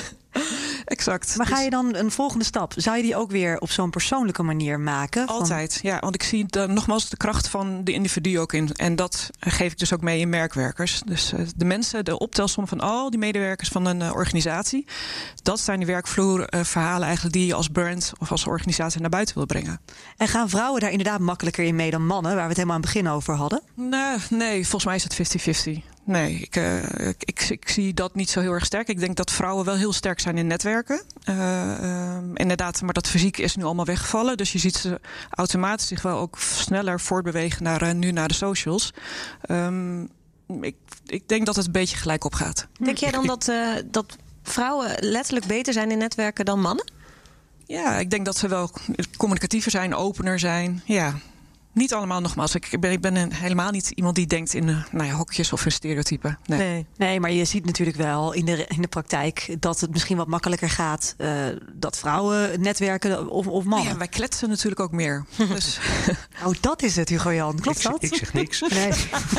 Speaker 3: exact.
Speaker 2: Maar ga
Speaker 3: dus
Speaker 2: je dan een volgende stap? Zou je die ook weer op zo'n persoonlijke manier maken?
Speaker 3: Altijd, van... ja. Want ik zie de, nogmaals de kracht van de individu ook in. En dat geef ik dus ook mee in merkwerkers. Dus uh, de mensen, de optelsom van al die medewerkers van een uh, organisatie. Dat zijn die werkvloerverhalen uh, eigenlijk die je als brand of als organisatie naar buiten wil brengen.
Speaker 2: En gaan vrouwen daar inderdaad makkelijker in mee dan mannen, waar we het helemaal aan het begin over hadden?
Speaker 3: Nee, nee, volgens mij is het vijftig vijftig. Nee, ik, uh, ik, ik, ik zie dat niet zo heel erg sterk. Ik denk dat vrouwen wel heel sterk zijn in netwerken. Uh, uh, inderdaad, maar dat fysiek is nu allemaal weggevallen. Dus je ziet ze automatisch zich wel ook sneller voortbewegen naar, uh, nu naar de socials. Um, ik, ik denk dat het een beetje gelijk op gaat.
Speaker 4: Denk jij dan dat, uh, dat vrouwen letterlijk beter zijn in netwerken dan mannen?
Speaker 3: Ja, ik denk dat ze wel communicatiever zijn, opener zijn. Ja. Niet allemaal, nogmaals. Ik ben, ik ben een, helemaal niet iemand die denkt in uh, nou ja, hokjes of in stereotypen. Nee.
Speaker 2: Nee. nee, maar je ziet natuurlijk wel in de, in de praktijk dat het misschien wat makkelijker gaat. Uh, dat vrouwen netwerken of, of mannen.
Speaker 3: Ja, wij kletsen natuurlijk ook meer. Dus.
Speaker 2: Oh, dat is het, Hugo-Jan. Klopt
Speaker 5: ik,
Speaker 2: dat?
Speaker 5: Ik zeg niks.
Speaker 2: Nee.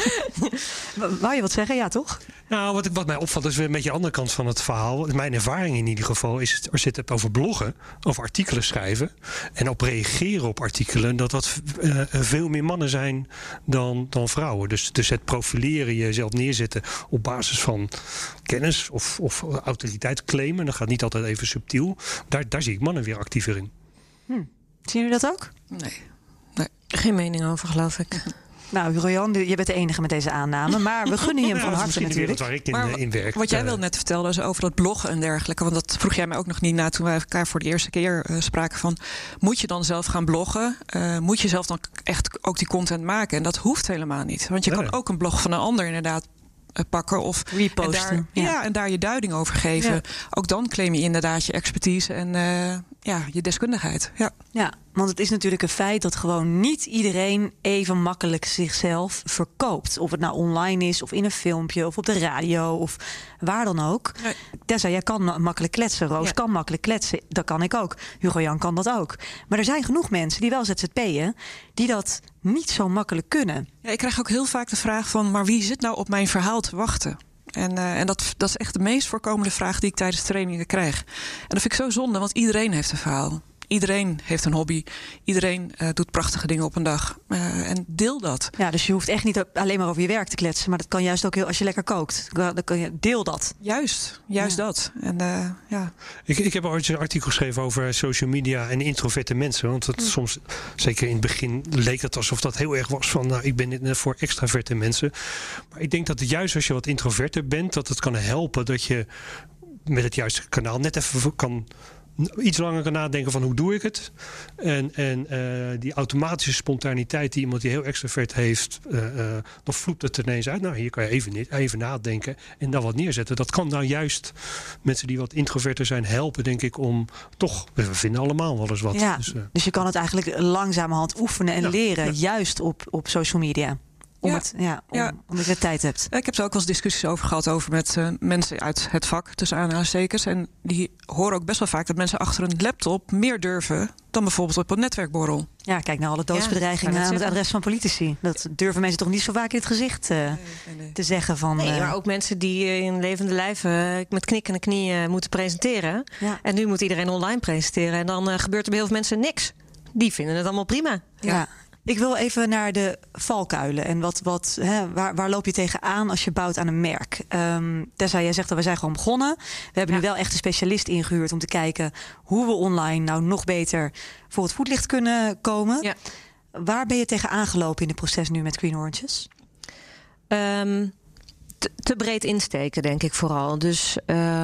Speaker 2: Wou je wat zeggen? Ja, toch?
Speaker 5: Nou, wat, wat mij opvalt is weer een beetje de andere kant van het verhaal. Mijn ervaring in ieder geval is, als je het hebt over bloggen, over artikelen schrijven en op reageren op artikelen, dat dat uh, veel meer mannen zijn dan, dan vrouwen. Dus, dus het profileren, jezelf neerzetten op basis van kennis of, of autoriteit claimen, dat gaat niet altijd even subtiel. Daar, daar zie ik mannen weer actiever in.
Speaker 2: Hm. Zien jullie dat ook?
Speaker 3: Nee. nee.
Speaker 4: Geen mening over, geloof ik.
Speaker 2: Nou, Hugo-Jan, je bent de enige met deze aanname. Maar we gunnen je hem
Speaker 5: Ja,
Speaker 2: van
Speaker 5: dat is
Speaker 2: harte
Speaker 5: misschien de wereld
Speaker 2: natuurlijk.
Speaker 5: waar ik in,
Speaker 3: Maar
Speaker 5: uh, in werk.
Speaker 3: Wat jij
Speaker 5: Uh,
Speaker 3: wel net vertelde is over dat bloggen en dergelijke. Want dat vroeg jij mij ook nog niet na toen wij elkaar voor de eerste keer uh, spraken van... moet je dan zelf gaan bloggen? Uh, moet je zelf dan echt ook die content maken? En dat hoeft helemaal niet. Want je
Speaker 5: Nee.
Speaker 3: kan ook een blog van een ander inderdaad uh, pakken. Of
Speaker 2: Reposten,
Speaker 3: En daar,
Speaker 2: ja.
Speaker 3: ja. en daar je duiding over geven.
Speaker 2: Ja.
Speaker 3: Ook dan claim je inderdaad je expertise en uh, ja, je deskundigheid. Ja.
Speaker 2: Ja, want het is natuurlijk een feit dat gewoon niet iedereen even makkelijk zichzelf verkoopt. Of het nou online is, of in een filmpje, of op de radio, of waar dan ook.
Speaker 3: Nee.
Speaker 2: Tessa, jij kan ma- makkelijk kletsen. Roos
Speaker 3: Ja.
Speaker 2: kan makkelijk kletsen. Dat kan ik ook. Hugo-Jan kan dat ook. Maar er zijn genoeg mensen die wel Z Z P'en, die dat niet zo makkelijk kunnen.
Speaker 3: Ja, ik krijg ook heel vaak de vraag van... maar wie zit nou op mijn verhaal te wachten? En, uh, en dat, dat is echt de meest voorkomende vraag die ik tijdens trainingen krijg. En dat vind ik zo zonde, want iedereen heeft een verhaal. Iedereen heeft een hobby. Iedereen uh, doet prachtige dingen op een dag. Uh, en deel dat.
Speaker 2: Ja, dus je hoeft echt niet alleen maar over je werk te kletsen. Maar dat kan juist ook heel als je lekker kookt. Dan kan je, deel dat.
Speaker 3: Juist, juist
Speaker 2: Ja.
Speaker 3: dat. En, uh, ja.
Speaker 5: Ik, ik heb ooit een artikel geschreven over social media en introverte mensen. Want dat soms, zeker in het begin, leek het alsof dat heel erg was van... nou, ik ben dit net voor extraverte mensen. Maar ik denk dat het juist als je wat introverter bent... dat het kan helpen dat je met het juiste kanaal net even kan... iets langer kan nadenken van hoe doe ik het. En, en uh, die automatische spontaniteit die iemand die heel extravert heeft... Uh, uh, dan vloept het ineens uit. Nou, hier kan je even, niet, even nadenken en dan wat neerzetten. Dat kan nou juist mensen die wat introverter zijn helpen, denk ik, om toch... We vinden allemaal wel eens wat.
Speaker 2: Ja,
Speaker 5: Dus, uh,
Speaker 2: dus je kan het eigenlijk langzamerhand oefenen en
Speaker 5: Ja,
Speaker 2: leren.
Speaker 5: ja.
Speaker 2: Juist op, op social media. Om
Speaker 3: Ja,
Speaker 2: het, ja, om,
Speaker 3: ja.
Speaker 2: omdat je tijd hebt.
Speaker 3: Ik heb er ook wel eens discussies over gehad over met uh, mensen uit het vak, tussen aanhalingstekens. En die horen ook best wel vaak dat mensen achter een laptop meer durven dan bijvoorbeeld op een netwerkborrel.
Speaker 2: Ja, kijk naar alle
Speaker 4: Ja,
Speaker 2: doodsbedreigingen
Speaker 4: ik wou
Speaker 2: aan
Speaker 4: net
Speaker 2: het
Speaker 4: zeggen.
Speaker 2: adres van politici. Dat durven mensen toch niet zo vaak in het gezicht uh,
Speaker 3: Nee, nee, nee.
Speaker 2: te zeggen van...
Speaker 4: Nee,
Speaker 2: uh,
Speaker 4: maar ook mensen die uh, in levende lijven uh, met knikkende knieën moeten presenteren.
Speaker 2: Ja.
Speaker 4: En nu moet iedereen online presenteren. En dan uh, gebeurt er bij heel veel mensen niks. Die vinden het allemaal prima.
Speaker 2: Ja. Ik wil even naar de valkuilen. En wat, wat, hè, waar, waar loop je tegenaan als je bouwt aan een merk? Um, Tessa, jij zegt dat we zijn gewoon begonnen. We hebben
Speaker 4: Ja.
Speaker 2: nu wel echt een specialist ingehuurd om te kijken hoe we online nou nog beter voor het voetlicht kunnen komen.
Speaker 4: Ja.
Speaker 2: Waar ben je tegenaan gelopen in het proces nu met Green Oranges?
Speaker 4: Um, te, te breed insteken, denk ik vooral. Dus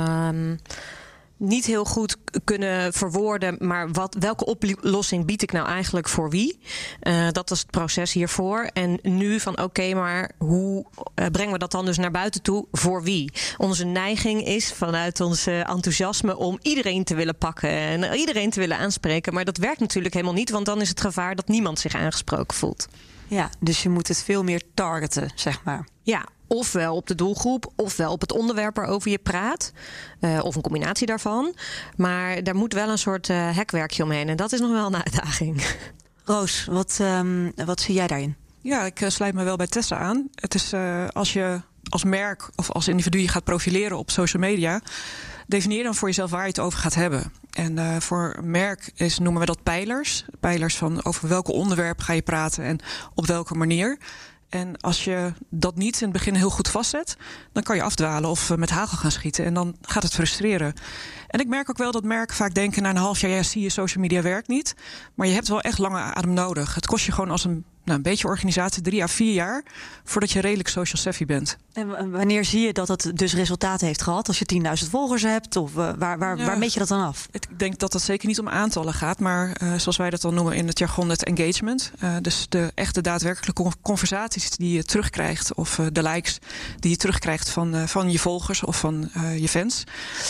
Speaker 4: um, niet heel goed kunnen verwoorden, maar wat, welke oplossing bied ik nou eigenlijk voor wie? Uh, dat is het proces hiervoor. En nu van oké, okay, maar hoe uh, brengen we dat dan dus naar buiten toe? Voor wie? Onze neiging is vanuit ons uh, enthousiasme om iedereen te willen pakken en iedereen te willen aanspreken. Maar dat werkt natuurlijk helemaal niet, want dan is het gevaar dat niemand zich aangesproken voelt.
Speaker 2: Ja, dus je moet het veel meer targeten, zeg maar.
Speaker 4: Ja, ofwel op de doelgroep, ofwel op het onderwerp waarover je praat. Uh, of een combinatie daarvan. Maar daar moet wel een soort uh, hekwerkje omheen. En dat is nog wel een uitdaging.
Speaker 2: Roos, wat, um, wat zie jij daarin?
Speaker 3: Ja, ik uh, sluit me wel bij Tessa aan. Het is uh, als je als merk of als individu je gaat profileren op social media, definieer dan voor jezelf waar je het over gaat hebben. En uh, voor een merk is, noemen we dat pijlers. Pijlers van over welke onderwerp ga je praten en op welke manier. En als je dat niet in het begin heel goed vastzet, dan kan je afdwalen of met hagel gaan schieten. En dan gaat het frustreren. En ik merk ook wel dat merken vaak denken na een half jaar, ja, zie je, social media werkt niet. Maar je hebt wel echt lange adem nodig. Het kost je gewoon als een, nou, een beetje organisatie drie à vier jaar voordat je redelijk social savvy bent.
Speaker 2: En wanneer zie je dat het dus resultaten heeft gehad? Als je tienduizend volgers hebt? Of uh, waar, waar,
Speaker 3: Ja.
Speaker 2: waar meet je dat dan af?
Speaker 3: Ik denk dat het zeker niet om aantallen gaat, maar uh, zoals wij dat dan noemen in het jargon, het engagement. Uh, dus de echte daadwerkelijke conversaties die je terugkrijgt, of uh, de likes die je terugkrijgt van, uh, van je volgers of van uh, je fans.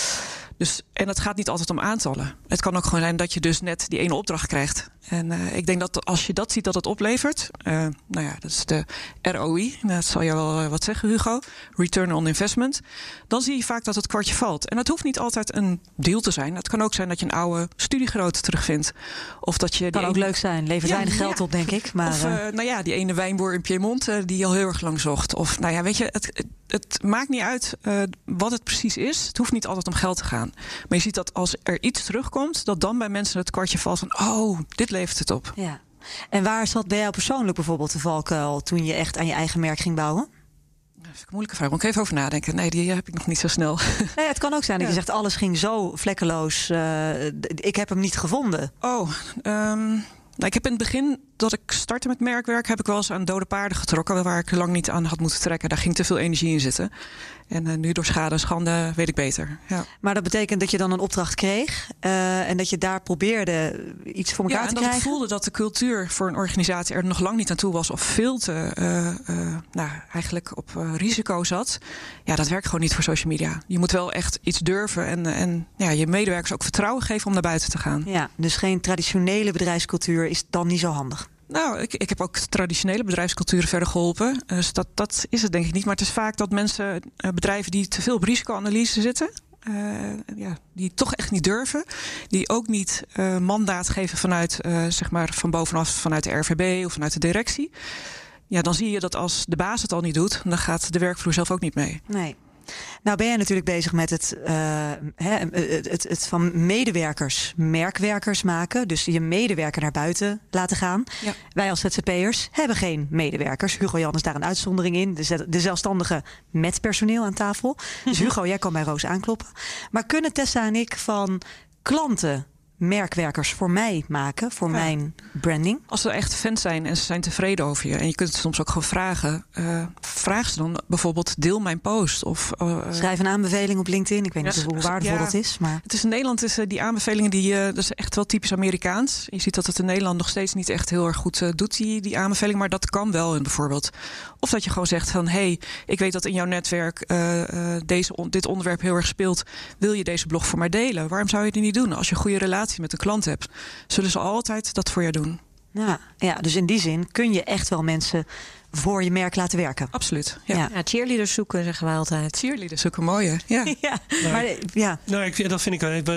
Speaker 3: Dus, en het gaat niet altijd om aantallen. Het kan ook gewoon zijn dat je dus net die ene opdracht krijgt. En uh, ik denk dat als je dat ziet dat het oplevert, uh, nou ja, dat is de R O I. Dat zal je wel uh, wat zeggen, Hugo. Return on Investment. Dan zie je vaak dat het kwartje valt. En dat hoeft niet altijd een deal te zijn. Het kan ook zijn dat je een oude studiegenoot terugvindt. Of dat je
Speaker 2: Kan
Speaker 3: die
Speaker 2: ook
Speaker 3: ene...
Speaker 2: leuk zijn. Levert
Speaker 3: Ja,
Speaker 2: weinig geld
Speaker 3: ja.
Speaker 2: op, denk ik. Maar,
Speaker 3: Of uh, nou ja, die ene wijnboer in Piemont uh, die al heel erg lang zocht. Of nou ja, weet je, het, het, het maakt niet uit uh, wat het precies is. Het hoeft niet altijd om geld te gaan. Maar je ziet dat als er iets terugkomt, dat dan bij mensen het kwartje valt van, oh, dit levert het op.
Speaker 2: ja. En waar zat bij jou persoonlijk bijvoorbeeld de valkuil toen je echt aan je eigen merk ging bouwen?
Speaker 3: Dat vind ik een moeilijke vraag. Moet ik even over nadenken. Nee, die heb ik nog niet zo snel.
Speaker 2: Nee, het kan ook zijn dat
Speaker 3: Ja.
Speaker 2: je zegt alles ging zo vlekkeloos. Uh, ik heb hem niet gevonden.
Speaker 3: Oh, um, Nou, ik heb in het begin dat ik startte met merkwerk, heb ik wel eens aan dode paarden getrokken, waar ik lang niet aan had moeten trekken. Daar ging te veel energie in zitten. En uh, nu door schade en schande weet ik beter. Ja.
Speaker 2: Maar dat betekent dat je dan een opdracht kreeg uh, en dat je daar probeerde iets voor elkaar
Speaker 3: ja,
Speaker 2: te
Speaker 3: en
Speaker 2: krijgen?
Speaker 3: Ja, en dat ik voelde dat de cultuur voor een organisatie er nog lang niet aan toe was of veel te uh, uh, nou, eigenlijk op uh, risico zat. Ja, dat werkt gewoon niet voor social media. Je moet wel echt iets durven en, en ja, je medewerkers ook vertrouwen geven om naar buiten te gaan.
Speaker 2: Ja, dus geen traditionele bedrijfscultuur is dan niet zo handig.
Speaker 3: Nou, ik, ik heb ook traditionele bedrijfsculturen verder geholpen. Dus dat, dat is het denk ik niet. Maar het is vaak dat mensen, uh, bedrijven die te veel op risicoanalyse zitten, Uh, ja, die toch echt niet durven. Die ook niet uh, mandaat geven vanuit, uh, zeg maar, van bovenaf, vanuit de R V B of vanuit de directie. Ja, dan zie je dat als de baas het al niet doet, dan gaat de werkvloer zelf ook niet mee.
Speaker 2: Nee. Nou ben jij natuurlijk bezig met het, uh, he, het, het, het van medewerkers merkwerkers maken. Dus je medewerker naar buiten laten gaan. Ja. Wij als Z Z P'ers hebben geen medewerkers. Hugo Jan is daar een uitzondering in. De, de zelfstandige met personeel aan tafel. Dus Hugo, jij kan bij Roos aankloppen. Maar kunnen Tessa en ik van klanten merkwerkers voor mij maken, voor ja. mijn branding?
Speaker 3: Als ze echt fans zijn en ze zijn tevreden over je en je kunt het soms ook gewoon vragen, uh, vraag ze dan bijvoorbeeld deel mijn post of uh,
Speaker 2: schrijf een aanbeveling op LinkedIn. Ik weet niet ja, hoe waardevol ja, dat is, maar
Speaker 3: het is in Nederland is uh, die aanbevelingen die uh, dat is echt wel typisch Amerikaans. Je ziet dat het in Nederland nog steeds niet echt heel erg goed uh, doet die die aanbeveling, maar dat kan wel in bijvoorbeeld. Of dat je gewoon zegt van hey, ik weet dat in jouw netwerk uh, uh, deze on- dit onderwerp heel erg speelt. Wil je deze blog voor mij delen? Waarom zou je die niet doen? Als je een goede relatie met een klant hebt, zullen ze altijd dat voor je doen.
Speaker 2: Ja, ja, dus in die zin kun je echt wel mensen voor je merk laten werken.
Speaker 3: Absoluut. Ja,
Speaker 4: ja. ja cheerleaders zoeken, zeggen wij altijd.
Speaker 3: Cheerleaders zoeken mooie. Ja.
Speaker 2: ja,
Speaker 5: nou,
Speaker 2: maar, ja.
Speaker 5: Nou, ik, dat vind ik uh, uh,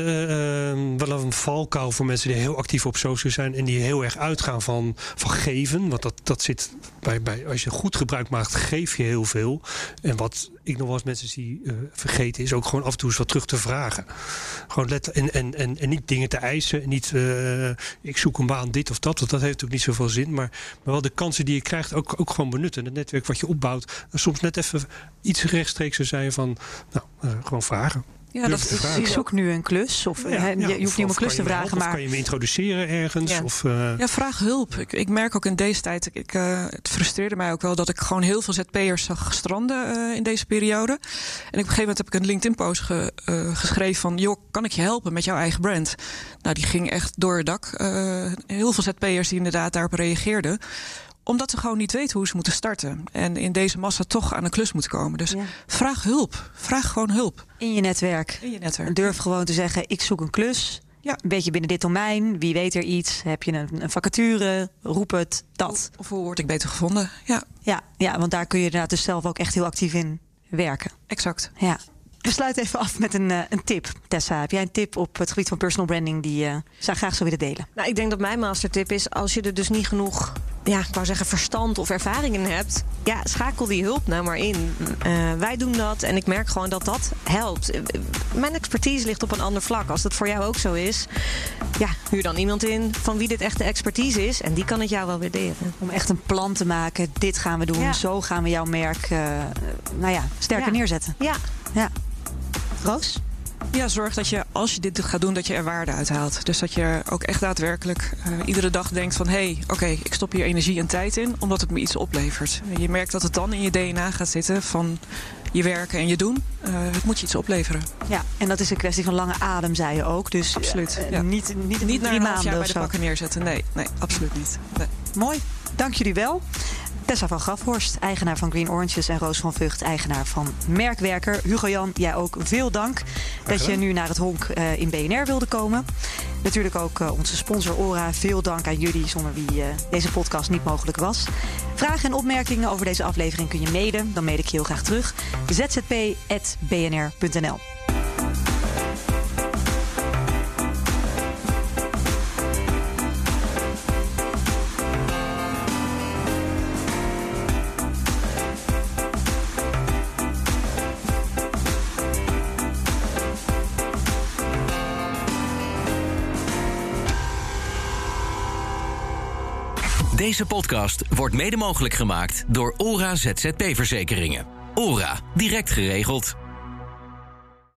Speaker 5: wel een valkuil voor mensen die heel actief op social zijn en die heel erg uitgaan van, van geven. Want dat, dat zit bij, bij, als je goed gebruik maakt, geef je heel veel. En wat ik nog wel eens mensen zie uh, vergeten, is ook gewoon af en toe eens wat terug te vragen. Gewoon let, en, en, en, en niet dingen te eisen. En niet, uh, ik zoek een baan, dit of dat. Want dat heeft natuurlijk niet zoveel zin. Maar, maar wel de kansen die je krijgt ook, ook gewoon benutten. Het netwerk wat je opbouwt. Soms net even iets rechtstreeks zijn van, nou, uh, gewoon vragen.
Speaker 2: Ja, dat is, ik zoek nu een klus. Of, ja, he, je, ja, je hoeft niet om een klus te vragen.
Speaker 5: Helpen,
Speaker 2: maar
Speaker 5: of kan je me introduceren ergens?
Speaker 3: Ja,
Speaker 5: of, uh...
Speaker 3: ja vraag hulp. Ik, ik merk ook in deze tijd, ik, uh, het frustreerde mij ook wel dat ik gewoon heel veel Z P'ers zag stranden uh, in deze periode. En op een gegeven moment heb ik een LinkedIn-post ge, uh, geschreven van, joh, kan ik je helpen met jouw eigen brand? Nou, die ging echt door het dak. Uh, heel veel Z P'ers die inderdaad daarop reageerden, omdat ze gewoon niet weten hoe ze moeten starten. En in deze massa toch aan een klus moeten komen. Dus ja. vraag hulp. Vraag gewoon hulp.
Speaker 2: In je netwerk.
Speaker 3: In je netwerk.
Speaker 2: Durf gewoon te zeggen, ik zoek een klus. Ja. Een beetje binnen dit domein. Wie weet er iets? Heb je een, een vacature? Roep het. Dat.
Speaker 3: Of, of hoe word ik beter gevonden? Ja.
Speaker 2: Ja, ja, want daar kun je inderdaad dus zelf ook echt heel actief in werken.
Speaker 3: Exact.
Speaker 2: Ja. We sluiten even af met een, uh, een tip. Tessa, heb jij een tip op het gebied van personal branding die je uh, zou graag zou willen delen?
Speaker 4: Nou, ik denk dat mijn mastertip is, als je er dus niet genoeg, ja, ik wou zeggen verstand of ervaring in hebt, ja, schakel die hulp nou maar in. Uh, wij doen dat en ik merk gewoon dat dat helpt. Uh, mijn expertise ligt op een ander vlak. Als dat voor jou ook zo is, ja, huur dan iemand in van wie dit echt de expertise is en die kan het jou wel weer leren.
Speaker 2: Om echt een plan te maken, dit gaan we doen, ja. Zo gaan we jouw merk uh, nou ja, sterker ja. neerzetten.
Speaker 4: Ja.
Speaker 2: Ja. Roos?
Speaker 3: Ja, zorg dat je, als je dit gaat doen, dat je er waarde uithaalt. Dus dat je ook echt daadwerkelijk uh, iedere dag denkt van, hé, hey, oké, okay, ik stop hier energie en tijd in, omdat het me iets oplevert. Je merkt dat het dan in je D N A gaat zitten van je werken en je doen. Uh, het moet je iets opleveren.
Speaker 2: Ja, en dat is een kwestie van lange adem, zei je ook. Dus
Speaker 3: absoluut.
Speaker 2: Uh,
Speaker 3: ja.
Speaker 2: Niet, niet,
Speaker 3: niet naar
Speaker 2: een
Speaker 3: half jaar bij de pakken neerzetten. Nee, nee, absoluut niet. Nee.
Speaker 2: Mooi, dank jullie wel. Tessa van Grafhorst, eigenaar van Green Oranges, en Roos van Vught, eigenaar van Merkwerker. Hugo Jan, jij ook veel dank dat je nu naar het honk uh, in B N R wilde komen. Natuurlijk ook uh, onze sponsor Ora. Veel dank aan jullie, zonder wie uh, deze podcast niet mogelijk was. Vragen en opmerkingen over deze aflevering kun je mailen. Dan mail ik je heel graag terug. z z p punt b n r punt n l.
Speaker 1: Deze podcast wordt mede mogelijk gemaakt door Ora Z Z P Verzekeringen. Ora, direct geregeld.